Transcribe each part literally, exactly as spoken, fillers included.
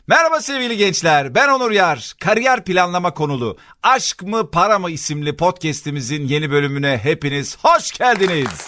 Merhaba sevgili gençler, ben Onur Yar. Kariyer planlama konulu Aşk mı Para mı isimli podcastimizin yeni bölümüne hepiniz hoş geldiniz.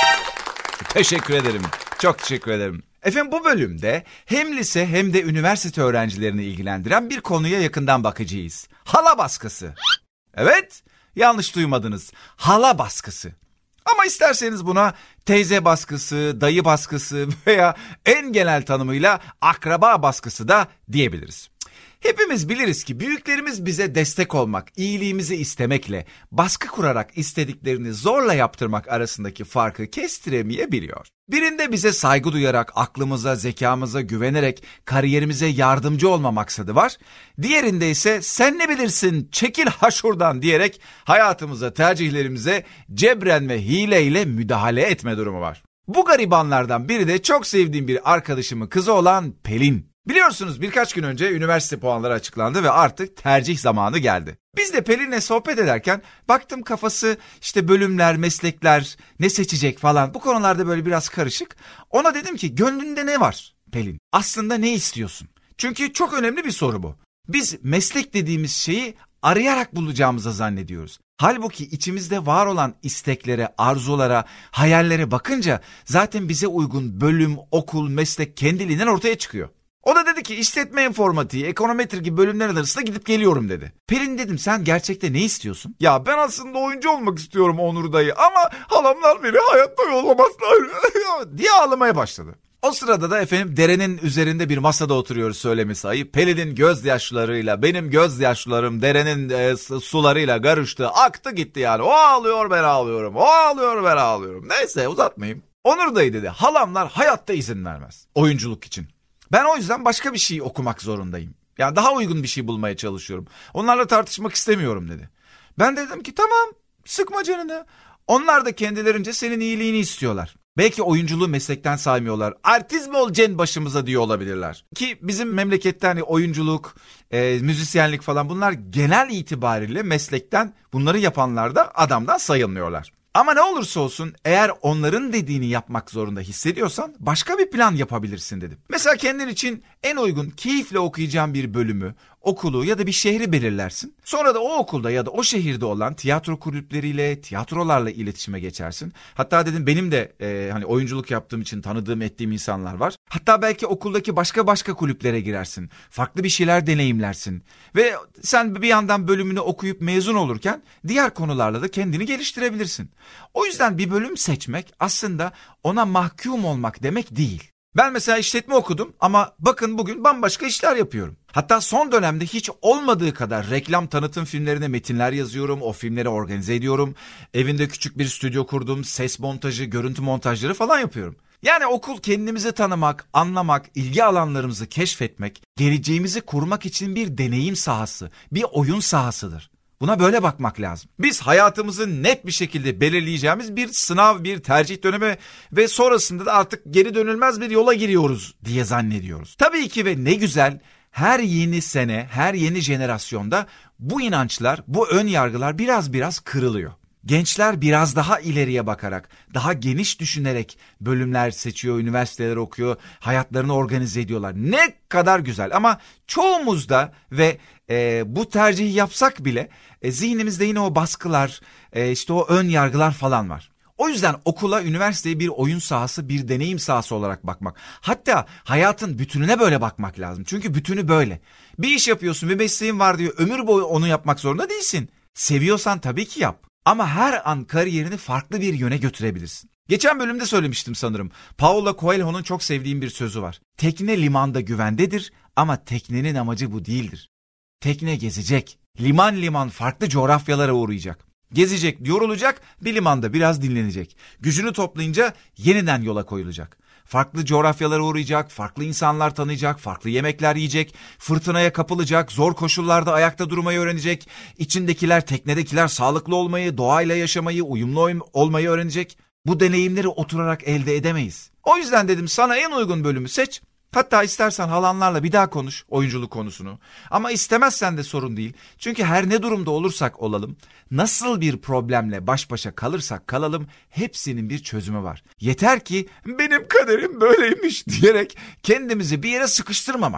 Teşekkür ederim, çok teşekkür ederim. Efendim bu bölümde hem lise hem de üniversite öğrencilerini ilgilendiren bir konuya yakından bakacağız. Hala baskısı. Evet, yanlış duymadınız. Hala baskısı. Ama isterseniz buna teyze baskısı, dayı baskısı veya en genel tanımıyla akraba baskısı da diyebiliriz. Hepimiz biliriz ki büyüklerimiz bize destek olmak, iyiliğimizi istemekle, baskı kurarak istediklerini zorla yaptırmak arasındaki farkı kestiremeyebiliyor. Birinde bize saygı duyarak, aklımıza, zekamıza güvenerek kariyerimize yardımcı olma maksadı var. Diğerinde ise sen ne bilirsin, çekil ha şuradan diyerek hayatımıza, tercihlerimize cebren ve hileyle müdahale etme durumu var. Bu garibanlardan biri de çok sevdiğim bir arkadaşımın kızı olan Pelin. Biliyorsunuz birkaç gün önce üniversite puanları açıklandı ve artık tercih zamanı geldi. Biz de Pelin'le sohbet ederken baktım kafası işte bölümler, meslekler, ne seçecek falan bu konularda böyle biraz karışık. Ona dedim ki gönlünde ne var Pelin? Aslında ne istiyorsun? Çünkü çok önemli bir soru bu. Biz meslek dediğimiz şeyi arayarak bulacağımızı zannediyoruz. Halbuki içimizde var olan isteklere, arzulara, hayallere bakınca zaten bize uygun bölüm, okul, meslek kendiliğinden ortaya çıkıyor. O da dedi ki işletme informatiği, ekonometri gibi bölümler arasında gidip geliyorum dedi. Pelin dedim sen gerçekte ne istiyorsun? Ya ben aslında oyuncu olmak istiyorum Onur dayı ama halamlar beni hayatta yollamazlar diye ağlamaya başladı. O sırada da efendim derenin üzerinde bir masada oturuyoruz söylemesi ayıp. Pelin'in gözyaşlarıyla benim gözyaşlarım derenin e, sularıyla karıştı, aktı gitti yani. O ağlıyor ben ağlıyorum, o ağlıyor ben ağlıyorum. Neyse uzatmayayım. Onur dayı dedi halamlar hayatta izin vermez oyunculuk için. Ben o yüzden başka bir şey okumak zorundayım. Yani daha uygun bir şey bulmaya çalışıyorum. Onlarla tartışmak istemiyorum dedi. Ben de dedim ki tamam sıkma canını. Onlar da kendilerince senin iyiliğini istiyorlar. Belki oyunculuğu meslekten saymıyorlar. Artist mi olacaksın başımıza diyor olabilirler. Ki bizim memlekette hani oyunculuk, e, müzisyenlik falan bunlar genel itibariyle meslekten bunları yapanlar da adamdan sayılmıyorlar. Ama ne olursa olsun eğer onların dediğini yapmak zorunda hissediyorsan başka bir plan yapabilirsin dedim. Mesela kendin için en uygun keyifle okuyacağın bir bölümü, okulu ya da bir şehri belirlersin. Sonra da o okulda ya da o şehirde olan tiyatro kulüpleriyle, tiyatrolarla iletişime geçersin. Hatta dedim benim de e, hani oyunculuk yaptığım için tanıdığım ettiğim insanlar var. Hatta belki okuldaki başka başka kulüplere girersin. Farklı bir şeyler deneyimlersin. Ve sen bir yandan bölümünü okuyup mezun olurken diğer konularla da kendini geliştirebilirsin. O yüzden bir bölüm seçmek aslında ona mahkum olmak demek değil. Ben mesela işletme okudum ama bakın bugün bambaşka işler yapıyorum. Hatta son dönemde hiç olmadığı kadar reklam tanıtım filmlerine metinler yazıyorum, o filmleri organize ediyorum. Evinde küçük bir stüdyo kurdum, ses montajı, görüntü montajları falan yapıyorum. Yani okul kendimizi tanımak, anlamak, ilgi alanlarımızı keşfetmek, geleceğimizi kurmak için bir deneyim sahası, bir oyun sahasıdır. Buna böyle bakmak lazım. Biz hayatımızı net bir şekilde belirleyeceğimiz bir sınav, bir tercih dönemi ve sonrasında da artık geri dönülmez bir yola giriyoruz diye zannediyoruz. Tabii ki ve ne güzel her yeni sene, her yeni jenerasyonda bu inançlar, bu ön yargılar biraz biraz kırılıyor. Gençler biraz daha ileriye bakarak, daha geniş düşünerek bölümler seçiyor, üniversiteler okuyor, hayatlarını organize ediyorlar. Ne kadar güzel ama çoğumuzda ve e, bu tercihi yapsak bile e, zihnimizde yine o baskılar, e, işte o ön yargılar falan var. O yüzden okula, üniversiteye bir oyun sahası, bir deneyim sahası olarak bakmak. Hatta hayatın bütününe böyle bakmak lazım. Çünkü bütünü böyle. Bir iş yapıyorsun, bir mesleğin var diyor, ömür boyu onu yapmak zorunda değilsin. Seviyorsan tabii ki yap. Ama her an kariyerini farklı bir yöne götürebilirsin. Geçen bölümde söylemiştim sanırım. Paulo Coelho'nun çok sevdiğim bir sözü var. Tekne limanda güvendedir ama teknenin amacı bu değildir. Tekne gezecek. Liman liman farklı coğrafyalara uğrayacak. Gezecek, yorulacak, bir limanda biraz dinlenecek. Gücünü toplayınca yeniden yola koyulacak. Farklı coğrafyalara uğrayacak, farklı insanlar tanıyacak, farklı yemekler yiyecek, fırtınaya kapılacak, zor koşullarda ayakta durmayı öğrenecek, içindekiler, teknedekiler sağlıklı olmayı, doğayla yaşamayı, uyumlu olmayı öğrenecek. Bu deneyimleri oturarak elde edemeyiz. O yüzden dedim sana en uygun bölümü seç. Hatta istersen halanlarla bir daha konuş oyunculuk konusunu. Ama istemezsen de sorun değil. Çünkü her ne durumda olursak olalım, nasıl bir problemle baş başa kalırsak kalalım hepsinin bir çözümü var. Yeter ki benim kaderim böyleymiş diyerek kendimizi bir yere sıkıştırmamak.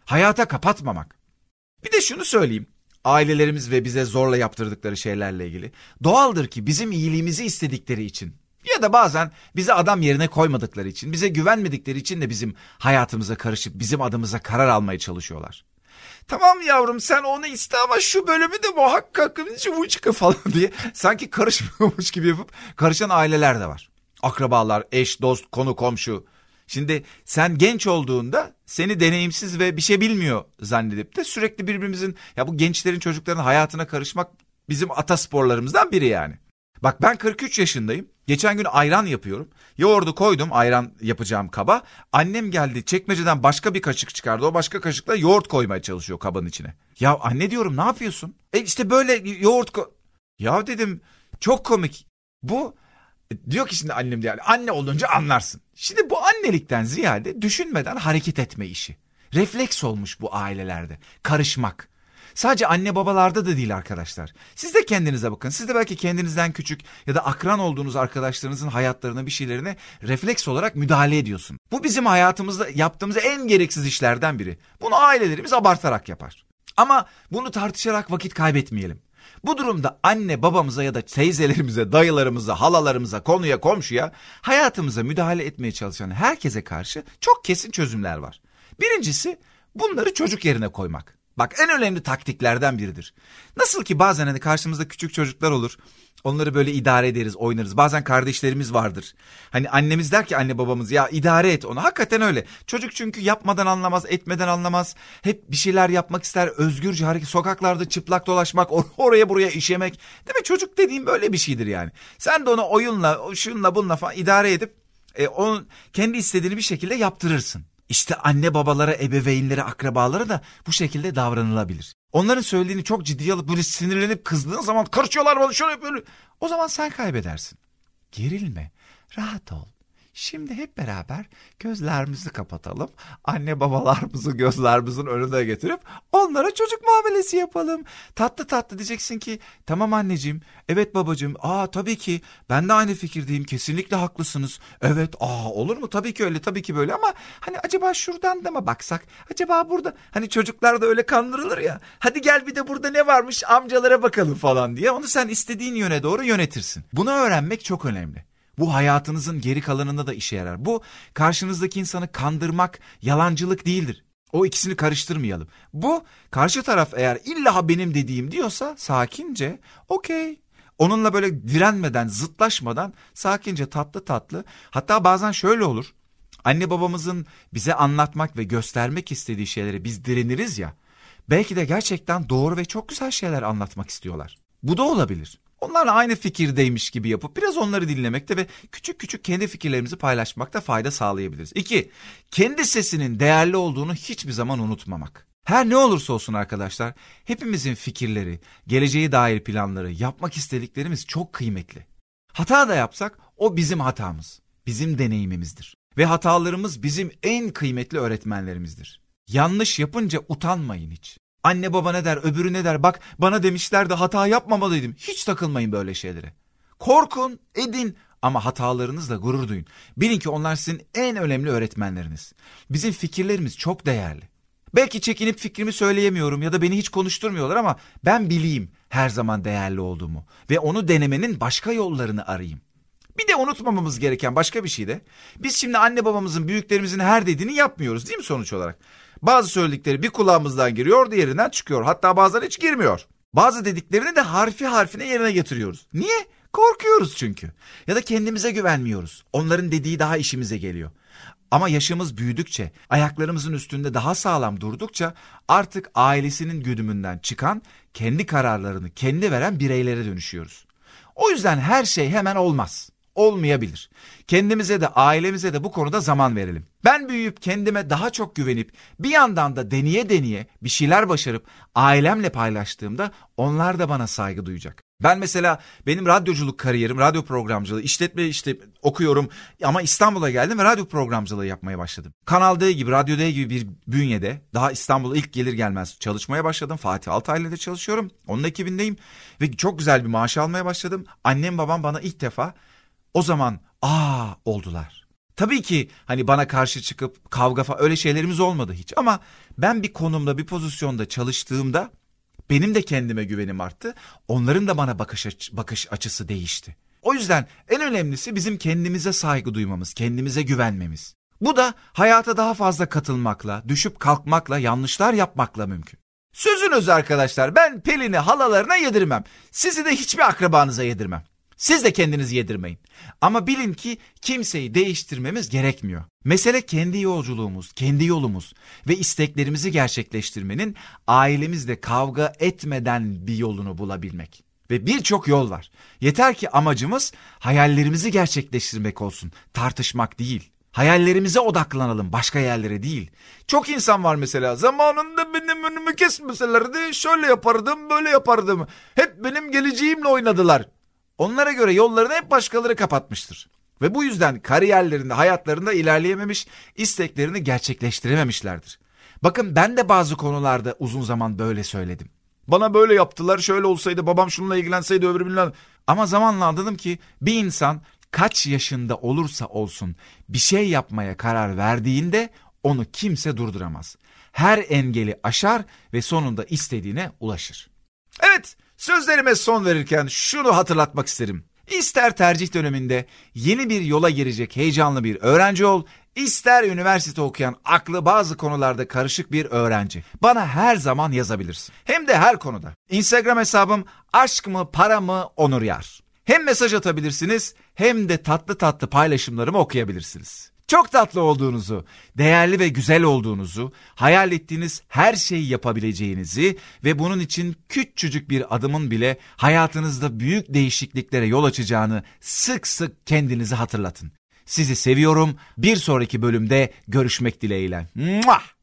Hayata kapatmamak. Bir de şunu söyleyeyim. Ailelerimiz ve bize zorla yaptırdıkları şeylerle ilgili. Doğaldır ki bizim iyiliğimizi istedikleri için ya da bazen bizi adam yerine koymadıkları için, bize güvenmedikleri için de bizim hayatımıza karışıp bizim adımıza karar almaya çalışıyorlar. Tamam yavrum sen onu iste ama şu bölümü de muhakkak çıkı falan diye sanki karışmıyormuş gibi yapıp karışan aileler de var. Akrabalar, eş, dost, konu, komşu. Şimdi sen genç olduğunda seni deneyimsiz ve bir şey bilmiyor zannedip de sürekli birbirimizin, ya bu gençlerin, çocukların hayatına karışmak bizim atasporlarımızdan biri yani. Bak ben kırk üç yaşındayım. Geçen gün ayran yapıyorum. Yoğurdu koydum ayran yapacağım kaba. Annem geldi çekmeceden başka bir kaşık çıkardı. O başka kaşıkla yoğurt koymaya çalışıyor kabın içine. Ya anne diyorum ne yapıyorsun? E işte böyle yoğurt ko... Ya dedim çok komik. Bu diyor ki şimdi annem diyor, yani anne olunca anlarsın. Şimdi bu annelikten ziyade düşünmeden hareket etme işi. Refleks olmuş bu ailelerde. Karışmak. Sadece anne babalarda da değil arkadaşlar. Siz de kendinize bakın. Siz de belki kendinizden küçük ya da akran olduğunuz arkadaşlarınızın hayatlarına, bir şeylerine refleks olarak müdahale ediyorsun. Bu bizim hayatımızda yaptığımız en gereksiz işlerden biri. Bunu ailelerimiz abartarak yapar. Ama bunu tartışarak vakit kaybetmeyelim. Bu durumda anne babamıza ya da teyzelerimize, dayılarımıza, halalarımıza, konuya, komşuya, hayatımıza müdahale etmeye çalışan herkese karşı çok kesin çözümler var. Birincisi bunları çocuk yerine koymak. Bak en önemli taktiklerden biridir. Nasıl ki bazen hani karşımızda küçük çocuklar olur. Onları böyle idare ederiz, oynarız. Bazen kardeşlerimiz vardır. Hani annemiz der ki anne babamız ya idare et onu. Hakikaten öyle. Çocuk çünkü yapmadan anlamaz, etmeden anlamaz. Hep bir şeyler yapmak ister. Özgürce hareket, sokaklarda çıplak dolaşmak, or- oraya buraya işemek. Değil mi? Çocuk dediğim böyle bir şeydir yani. Sen de onu oyunla, şunla bununla falan idare edip e, onun kendi istediğini bir şekilde yaptırırsın. İşte anne babalara, ebeveynlere, akrabalara da bu şekilde davranılabilir. Onların söylediğini çok ciddiye alıp böyle sinirlenip kızdığın zaman karışıyorlar bana şöyle yapıyor. O zaman sen kaybedersin. Gerilme, rahat ol. Şimdi hep beraber gözlerimizi kapatalım. Anne babalarımızı gözlerimizin önüne getirip onlara çocuk muamelesi yapalım. Tatlı tatlı diyeceksin ki tamam anneciğim, evet babacığım, aa tabii ki ben de aynı fikirdeyim, kesinlikle haklısınız. Evet, aa olur mu, tabii ki öyle, tabii ki böyle ama hani acaba şuradan da mı baksak, acaba burada, hani çocuklar da öyle kandırılır ya, hadi gel bir de burada ne varmış amcalara bakalım falan diye onu sen istediğin yöne doğru yönetirsin. Bunu öğrenmek çok önemli. Bu hayatınızın geri kalanında da işe yarar. Bu karşınızdaki insanı kandırmak, yalancılık değildir. O ikisini karıştırmayalım. Bu karşı taraf eğer illa benim dediğim diyorsa sakince okey. Onunla böyle direnmeden, zıtlaşmadan sakince tatlı tatlı. Hatta bazen şöyle olur. Anne babamızın bize anlatmak ve göstermek istediği şeylere biz direniriz ya. Belki de gerçekten doğru ve çok güzel şeyler anlatmak istiyorlar. Bu da olabilir. Onlarla aynı fikirdeymiş gibi yapıp biraz onları dinlemekte ve küçük küçük kendi fikirlerimizi paylaşmakta fayda sağlayabiliriz. İki, kendi sesinin değerli olduğunu hiçbir zaman unutmamak. Her ne olursa olsun arkadaşlar, hepimizin fikirleri, geleceğe dair planları, yapmak istediklerimiz çok kıymetli. Hata da yapsak o bizim hatamız, bizim deneyimimizdir. Ve hatalarımız bizim en kıymetli öğretmenlerimizdir. Yanlış yapınca utanmayın hiç. Anne baba ne der, öbürü ne der, bak bana demişler de hata yapmamalıydım. Hiç takılmayın böyle şeylere. Korkun, edin ama hatalarınızla gurur duyun. Bilin ki onlar sizin en önemli öğretmenleriniz. Bizim fikirlerimiz çok değerli. Belki çekinip fikrimi söyleyemiyorum ya da beni hiç konuşturmuyorlar ama ben bileyim her zaman değerli olduğumu ve onu denemenin başka yollarını arayayım. Bir de unutmamamız gereken başka bir şey de, biz şimdi anne babamızın, büyüklerimizin her dediğini yapmıyoruz değil mi sonuç olarak? Bazı söyledikleri bir kulağımızdan giriyor, diğerinden çıkıyor. Hatta bazen hiç girmiyor. Bazı dediklerini de harfi harfine yerine getiriyoruz. Niye? Korkuyoruz çünkü. Ya da kendimize güvenmiyoruz. Onların dediği daha işimize geliyor. Ama yaşımız büyüdükçe, ayaklarımızın üstünde daha sağlam durdukça artık ailesinin güdümünden çıkan, kendi kararlarını kendi veren bireylere dönüşüyoruz. O yüzden her şey hemen olmaz. Olmayabilir. Kendimize de ailemize de bu konuda zaman verelim. Ben büyüyüp kendime daha çok güvenip bir yandan da deneye deneye bir şeyler başarıp ailemle paylaştığımda onlar da bana saygı duyacak. Ben mesela benim radyoculuk kariyerim, radyo programcılığı, işletme işte okuyorum ama İstanbul'a geldim ve radyo programcılığı yapmaya başladım. Kanal D gibi, Radyo D gibi bir bünyede daha İstanbul'a ilk gelir gelmez çalışmaya başladım. Fatih Altaylı'da çalışıyorum. Onun ekibindeyim ve çok güzel bir maaş almaya başladım. Annem babam bana ilk defa o zaman aa oldular. Tabii ki hani bana karşı çıkıp kavga falan öyle şeylerimiz olmadı hiç. Ama ben bir konumda, bir pozisyonda çalıştığımda benim de kendime güvenim arttı. Onların da bana bakış, aç- bakış açısı değişti. O yüzden en önemlisi bizim kendimize saygı duymamız, kendimize güvenmemiz. Bu da hayata daha fazla katılmakla, düşüp kalkmakla, yanlışlar yapmakla mümkün. Sözün özü arkadaşlar, ben Pelin'i halalarına yedirmem. Sizi de hiçbir akrabanıza yedirmem. Siz de kendinizi yedirmeyin. Ama bilin ki kimseyi değiştirmemiz gerekmiyor. Mesele kendi yolculuğumuz, kendi yolumuz ve isteklerimizi gerçekleştirmenin ailemizle kavga etmeden bir yolunu bulabilmek. Ve birçok yol var. Yeter ki amacımız hayallerimizi gerçekleştirmek olsun, tartışmak değil. Hayallerimize odaklanalım, başka yerlere değil. Çok insan var mesela, zamanında benim önümü kesmeselerdi şöyle yapardım, böyle yapardım. Hep benim geleceğimle oynadılar. Onlara göre yollarını hep başkaları kapatmıştır. Ve bu yüzden kariyerlerinde, hayatlarında ilerleyememiş, isteklerini gerçekleştirememişlerdir. Bakın ben de bazı konularda uzun zaman böyle söyledim. Bana böyle yaptılar, şöyle olsaydı, babam şununla ilgilenseydi, öbürü bilmem. Ama zamanla anladım ki bir insan kaç yaşında olursa olsun bir şey yapmaya karar verdiğinde onu kimse durduramaz. Her engeli aşar ve sonunda istediğine ulaşır. Evet, sözlerime son verirken şunu hatırlatmak isterim. İster tercih döneminde yeni bir yola girecek heyecanlı bir öğrenci ol, ister üniversite okuyan aklı bazı konularda karışık bir öğrenci. Bana her zaman yazabilirsin. Hem de her konuda. Instagram hesabım aşk mı para mı Onur Yar. Hem mesaj atabilirsiniz hem de tatlı tatlı paylaşımlarımı okuyabilirsiniz. Çok tatlı olduğunuzu, değerli ve güzel olduğunuzu, hayal ettiğiniz her şeyi yapabileceğinizi ve bunun için küçücük bir adımın bile hayatınızda büyük değişikliklere yol açacağını sık sık kendinize hatırlatın. Sizi seviyorum. Bir sonraki bölümde görüşmek dileğiyle. Muah!